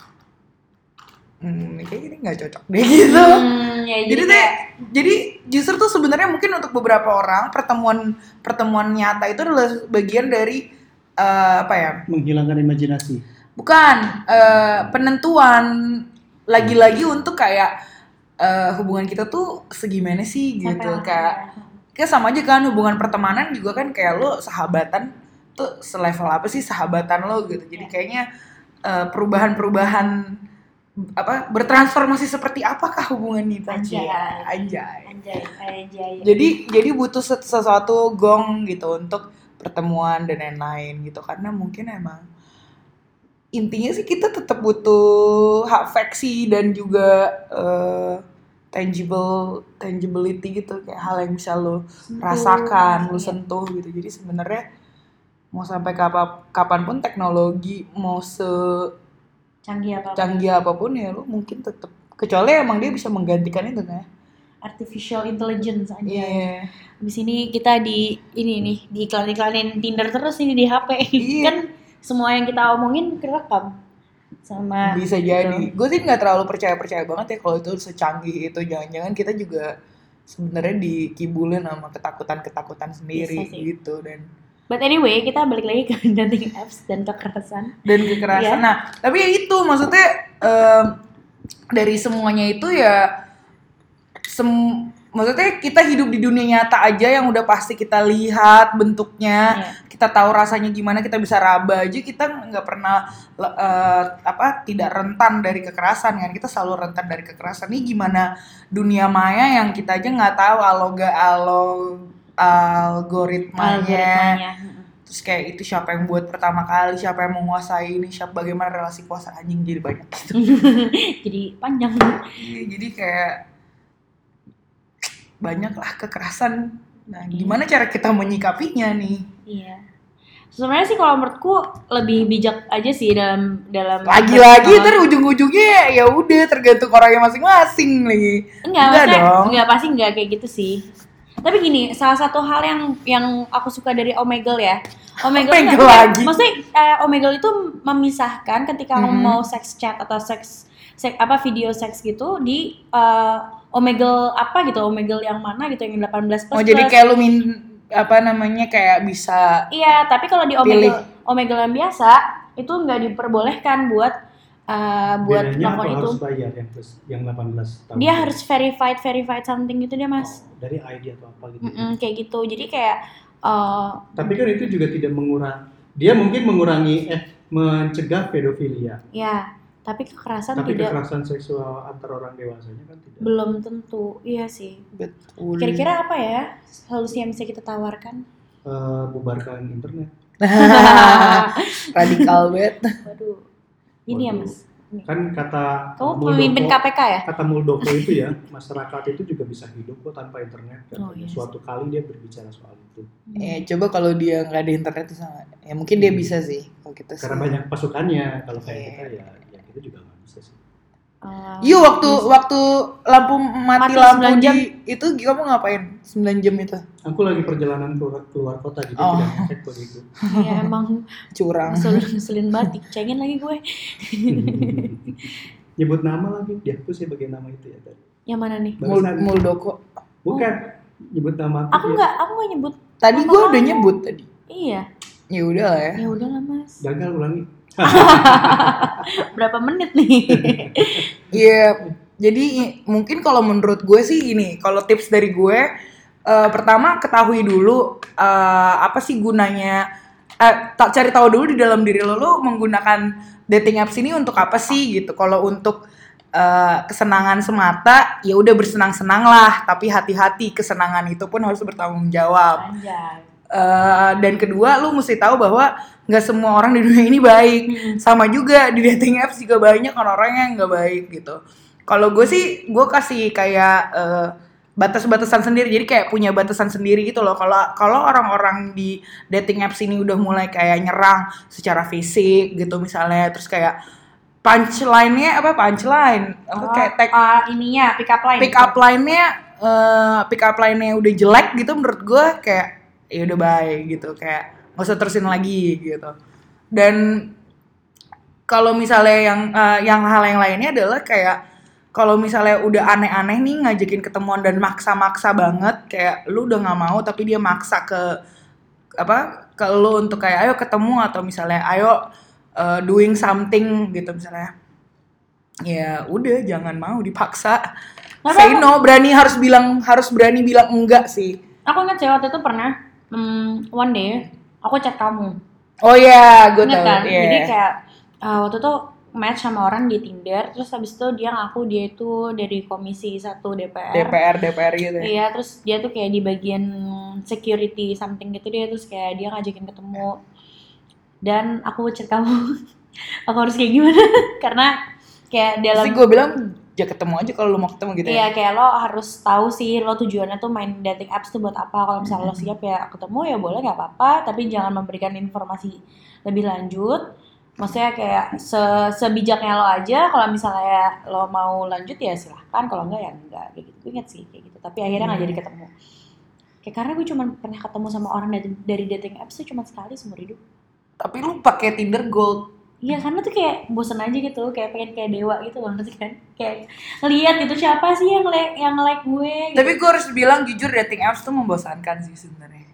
hmm kayak gini nggak cocok deh gitu. Hmm, ya, Jadi deh, jadi justru tuh sebenarnya mungkin untuk beberapa orang pertemuan pertemuan nyata itu adalah bagian dari eh, apa ya? Menghilangkan imajinasi. Bukan eh, penentuan lagi-lagi untuk kayak eh, hubungan kita tuh segimana sih sampai gitu akhirnya. kayak kayak sama aja kan hubungan pertemanan juga kan kayak lo sahabatan tuh selevel apa sih sahabatan lo gitu. Jadi kayaknya eh, perubahan-perubahan apa bertransformasi seperti apakah hubungan itu Anjay. anjay. Anjay, anjay. Jadi jadi butuh ses- sesuatu gong gitu untuk pertemuan dan lain-lain gitu karena mungkin emang intinya sih kita tetap butuh hak faksi dan juga eh, tangible tangibility gitu kayak hal yang bisa lo Sentuh, rasakan, lo iya. sentuh gitu. Jadi sebenarnya mau sampai kapan kapanpun teknologi mau Canggih apa? secanggih apapun ya lo mungkin tetap kecuali emang dia bisa menggantikan itu kan. Artificial intelligence aja. Iya. Habis ini kita di ini nih di iklan-iklanin Tinder terus ini di H P. Iya. Kan semua yang kita omongin kerekam sama Bisa gitu. jadi. Gue sih nggak terlalu percaya-percaya banget ya kalau itu secanggih itu. Jangan-jangan kita juga sebenarnya dikibulin sama ketakutan-ketakutan sendiri Bisa sih. gitu dan But anyway, kita balik lagi ke dating apps dan kekerasan. dan kekerasan. Iya. Nah, tapi ya itu maksudnya em, dari semuanya itu ya sem maksudnya kita hidup di dunia nyata aja yang udah pasti kita lihat bentuknya, Iya. kita tahu rasanya gimana, kita bisa raba aja, kita nggak pernah le- eh, apa tidak rentan dari kekerasan kan, kita selalu rentan dari kekerasan. Ini gimana dunia maya yang kita aja nggak tahu aloga alo algoritmanya, Algoritmanya. terus kayak itu siapa yang buat pertama kali, siapa yang menguasai ini, siapa bagaimana relasi kuasa anjing jadi banyak gitu. Jadi panjang. Iya, jadi kayak banyak lah kekerasan. Nah, gimana cara kita menyikapinya nih? Iya. Sebenarnya sih kalau menurutku lebih bijak aja sih dalam dalam Lagi-lagi kalau- ntar ujung-ujungnya ya udah tergantung orangnya masing-masing lagi. Enggak, Enggak maksudnya dong. enggak pasti enggak kayak gitu sih. Tapi gini, salah satu hal yang yang aku suka dari Omegle ya. Omegle, Omegle itu- lagi. Maksudnya eh, Omegle itu memisahkan ketika kamu Mhm. mau sex chat atau seks seks apa video seks gitu di eh, Omegle apa gitu, Omegle yang mana gitu yang delapan belas plus. Oh, jadi plus. kayak lu min apa namanya kayak bisa Iya, tapi kalau di Pilih. Omegle Omegle yang biasa itu nggak diperbolehkan buat uh, buat Bedanya apa melakukan itu. harus bayar yang plus yang delapan belas tahun? Dia harus verified verified something gitu dia mas. Oh, dari I D atau apa gitu. Mm-mm, kayak gitu. Jadi kayak uh, Tapi kan itu juga tidak mengurangi. Dia mungkin mengurangi eh mencegah pedofilia. ya, tapi kekerasan Tapi tidak kekerasan seksual antar orang dewasanya kan tidak. belum tentu. Iya sih. betul. Kira-kira apa ya solusi yang bisa kita tawarkan? Eh, bubarkan internet. radikal banget. Waduh. Ini ya Waduh. mas. Ini. Kan kata Kamu Muldoko- pemimpin K P K ya? Kata Muldoko itu ya, masyarakat itu juga bisa hidup kok tanpa internet. Oh, Katanya. iya. Suatu kali dia berbicara soal itu. Ya coba kalau dia nggak ada internet tuh sama. Ya mungkin dia bisa sih kalau kita Karena sih. banyak pasukannya. Kalau kayak Iya. kita ya, ya kita juga nggak bisa sih. Uh, Iya waktu waktu lampu mati, Mati lampu sembilan jam. di itu kamu ngapain sembilan jam itu? Aku lagi perjalanan keluar, keluar kota jadi Oh. tidak ngecek waktu itu. Iya emang Curang. ngeselin, ngeselin banget, cengin lagi gue. Nyebut nama lagi, dihapus ya bagian nama itu ya tadi. Yang mana nih? Mul Barusan. Muldoko. Bukan, nyebut nama aku. Aku ya. nggak, aku nggak nyebut. Tadi nama gue udah kamu. nyebut tadi. Iya. Ya udah lah ya. Ya udahlah mas. Gagal ulangi. Berapa menit nih? Iya. Jadi i- mungkin kalau menurut gue sih gini, kalau tips dari gue, eh, pertama ketahui dulu eh, apa sih gunanya, eh, tak cari tahu dulu di dalam diri lo, lo menggunakan dating apps ini untuk apa sih gitu. Kalau untuk eh, kesenangan semata, ya udah bersenang-senang lah, tapi hati-hati kesenangan itu pun harus bertanggung jawab. Anjay. Eh, dan kedua, lu mesti tahu bahwa nggak semua orang di dunia ini baik. Sama juga di dating apps juga banyak orang-orang yang nggak baik gitu. Kalau gue sih, gue kasih kayak eh, batas-batasan sendiri. Jadi kayak punya batasan sendiri gitu loh. Kalau kalau orang-orang di dating apps ini udah mulai kayak nyerang secara fisik gitu misalnya, terus kayak punchline-nya apa punchline? Apa Oh, kayak tag ah, ininya pick up line. pick up line-nya eh, pick up line-nya udah jelek gitu menurut gue kayak ya udah bye gitu, kayak nggak usah terusin lagi gitu. Dan kalau misalnya yang eh, yang hal yang lainnya adalah kayak kalau misalnya udah aneh-aneh nih ngajakin ketemuan dan maksa-maksa banget, kayak lu udah nggak mau tapi dia maksa ke apa ke lu untuk kayak ayo ketemu atau misalnya ayo uh, doing something gitu misalnya, ya udah jangan mau dipaksa. Nggak Say apa-apa. no, berani harus bilang harus berani bilang enggak sih. Aku ingat sih waktu itu pernah, hmm, one day aku chat kamu. Oh ya, gue Ingat tahu. kan? Iya. Jadi kayak uh, waktu itu match sama orang di Tinder, terus habis itu dia ngaku dia itu dari komisi satu D P R. D P R D P R gitu. ya. Iya, terus dia tuh kayak di bagian security something gitu dia, terus kayak dia ngajakin ketemu. Dan aku chat kamu, aku harus kayak gimana? Karena kayak dalam Pasti gue bilang ya ketemu aja kalau lu mau ketemu gitu iya ya. kayak lo harus tahu sih lo tujuannya tuh main dating apps tuh buat apa. Kalau misalnya lo siap ya ketemu ya boleh nggak apa-apa, tapi jangan memberikan informasi lebih lanjut. Maksudnya kayak se sebijaknya lo aja. Kalau misalnya lo mau lanjut ya silahkan, kalau enggak ya enggak kayak gitu. Gue inget sih kayak gitu, tapi akhirnya nggak jadi ketemu. Kayak karena gue cuma pernah ketemu sama orang dari, dari dating apps tuh cuma sekali seumur hidup. Tapi lu pakai Tinder Gold. Iya karena tuh kayak bosen aja gitu, kayak pengen kayak dewa gitu banget kan. Kayak lihat itu siapa sih yang like yang like gue. Gitu. Tapi gue harus bilang jujur dating apps tuh membosankan sih sebenarnya.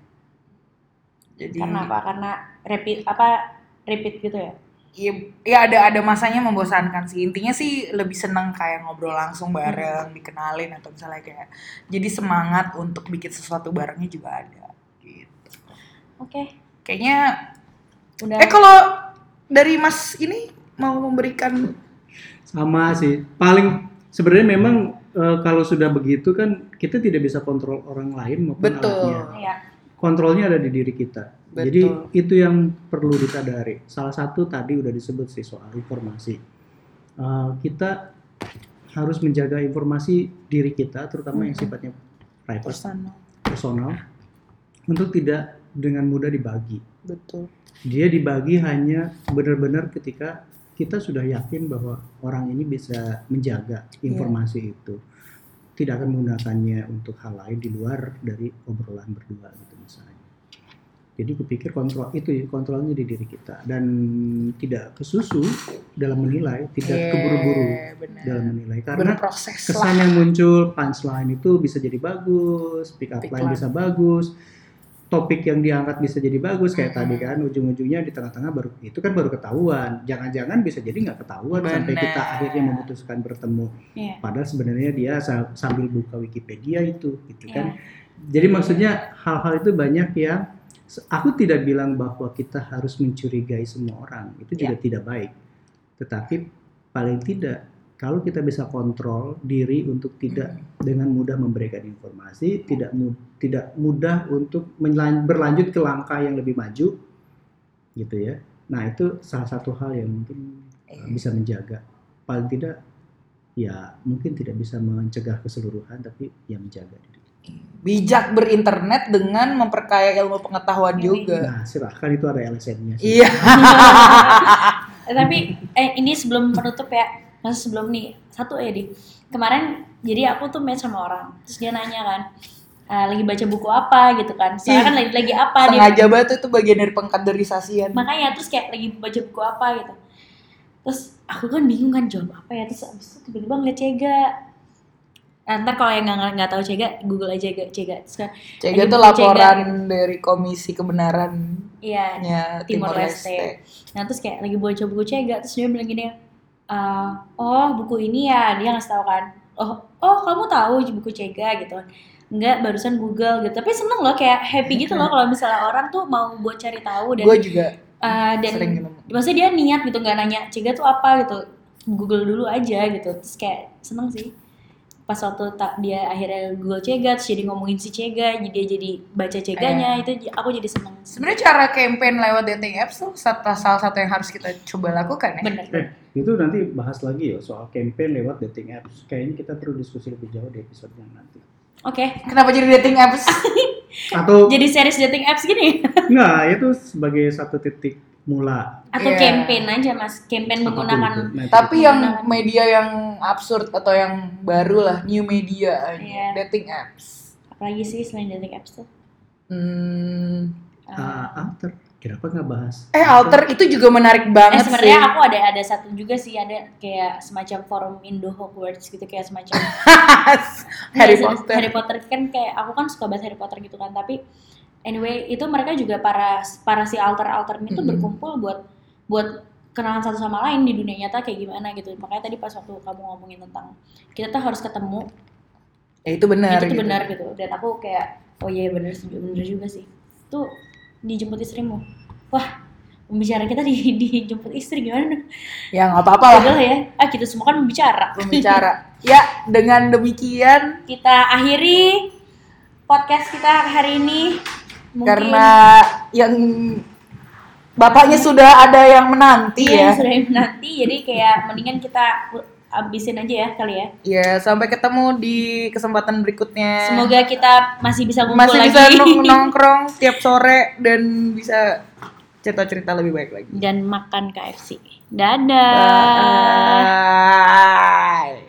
Jadi Karena apa? Karena repeat apa repeat gitu ya? Iya, ya ada ada masanya membosankan sih. Intinya sih lebih seneng kayak ngobrol langsung bareng, dikenalin atau misalnya kayak jadi semangat untuk bikin sesuatu barengnya juga ada. Gitu. Oke. Kayaknya Udah. eh kalau dari Mas ini mau memberikan Sama sih. Paling sebenarnya memang e, kalau sudah begitu kan kita tidak bisa kontrol orang lain maupun betul. alatnya. Iya. Kontrolnya ada di diri kita. Betul. Jadi itu yang perlu disadari. Salah satu tadi udah disebut sih soal informasi. Uh, kita harus menjaga informasi diri kita, terutama yang sifatnya private, personal. personal, untuk tidak dengan mudah dibagi. Betul. Dia dibagi hanya benar-benar ketika kita sudah yakin bahwa orang ini bisa menjaga informasi itu. Tidak akan menggunakannya untuk hal lain di luar dari obrolan berdua gitu misalnya. Jadi kupikir kontrol itu kontrolnya di diri kita dan tidak kesusu dalam menilai, tidak Yeah, keburu-buru benar. dalam menilai karena Berproses kesan lah. yang muncul punchline itu bisa jadi bagus, pick up Pick line line. bisa bagus, topik yang diangkat bisa jadi bagus kayak Mm-hmm. tadi kan ujung-ujungnya di tengah-tengah baru itu kan baru ketahuan, jangan-jangan bisa jadi nggak ketahuan sampai Benar. kita akhirnya memutuskan bertemu. Iya. Padahal sebenarnya dia sa- sambil buka Wikipedia itu, gitu kan. Iya. Jadi maksudnya hal-hal itu banyak yang aku tidak bilang bahwa kita harus mencurigai semua orang, itu juga Iya. tidak baik. Tetapi paling tidak kalau kita bisa kontrol diri untuk tidak dengan mudah memberikan informasi, tidak mu- tidak mudah untuk menlan- berlanjut ke langkah yang lebih maju, gitu ya. Nah itu salah satu hal yang mungkin uh, bisa menjaga. Paling tidak ya mungkin tidak bisa mencegah keseluruhan, tapi ya menjaga diri. Bijak berinternet dengan memperkaya ilmu pengetahuan Iya, juga. Nah silahkan itu ada L S M-nya. Iya. Eh, tapi eh ini sebelum penutup ya, masa sebelum nih satu ya di kemarin jadi aku tuh match sama orang terus dia nanya kan uh, lagi baca buku apa gitu kan soalnya kan lagi lagi apa dia sengaja banget itu bagian dari pengkaderisasian. makanya terus kayak lagi baca buku apa gitu terus aku kan bingung kan jawab apa ya terus abis itu tiba-tiba ngeliat Cega. Nah, ntar kalau yang nggak nggak tahu Cega Google aja Cega Cega terus kan Cega lagi tuh buku laporan Cega, dari Komisi Kebenaran iya ya Timor Timor Leste. Leste. Nah terus kayak lagi baca buku Cega terus dia bilang gini uh, oh buku ini ya dia ngasih tahu kan oh oh kamu tahu buku Cega gitu kan enggak barusan Google gitu tapi seneng loh kayak happy gitu loh kalau misalnya orang tuh mau buat cari tahu dan Gue juga uh, dan sering nemu. maksudnya dia niat gitu nggak nanya Cega tuh apa gitu Google dulu aja gitu terus kayak seneng sih pas waktu tak dia akhirnya Google Cega terus jadi ngomongin si Cega jadi dia jadi baca Ceganya Eh. itu aku jadi seneng Sebenarnya cara campaign lewat dating apps tuh satu- salah satu yang harus kita coba lakukan ya. bener Eh, itu nanti bahas lagi ya soal campaign lewat dating apps. Kayaknya kita perlu diskusi lebih jauh di episode yang nanti. oke Kenapa jadi dating apps? Atau jadi series dating apps gini enggak, itu sebagai satu titik mula. atau Iya. campaign aja mas campaign Apapun menggunakan itu. Nah, itu Tapi kita- yang media yang absurd atau yang baru lah, new media, Iya. dating apps. apalagi sih selain dating apps tuh Hmm. Uh, Ah, alter. Kenapa nggak bahas? Eh alter itu juga menarik eh banget sih. sebenarnya aku ada ada satu juga sih ada kayak semacam forum Indo Hogwarts gitu kayak semacam Harry Iya, Potter. Harry Potter kan kayak aku kan suka banget Harry Potter gitu kan tapi anyway itu mereka juga para para si alter alter itu Mm-mm. berkumpul buat buat kenalan satu sama lain di dunia nyata kayak gimana gitu makanya tadi pas waktu kamu ngomongin tentang kita tuh harus ketemu Ya itu benar. itu tuh gitu. benar gitu dan aku kayak oh iya benar benar juga sih tuh dijemput istrimu wah pembicaraan kita di dijemput istri gimana Ya nggak apa-apa lah. Udah ya ah kita semua kan membicara Pembicara. Ya dengan demikian kita akhiri podcast kita hari ini mungkin karena yang bapaknya sudah ada yang menanti iya, ya. sudah menanti jadi kayak mendingan kita abisin aja ya kali ya Ya sampai ketemu di kesempatan berikutnya. semoga kita masih bisa ngumpul masih lagi bisa nong- nongkrong tiap sore dan bisa cerita-cerita lebih baik lagi. dan makan K F C dadah Bye.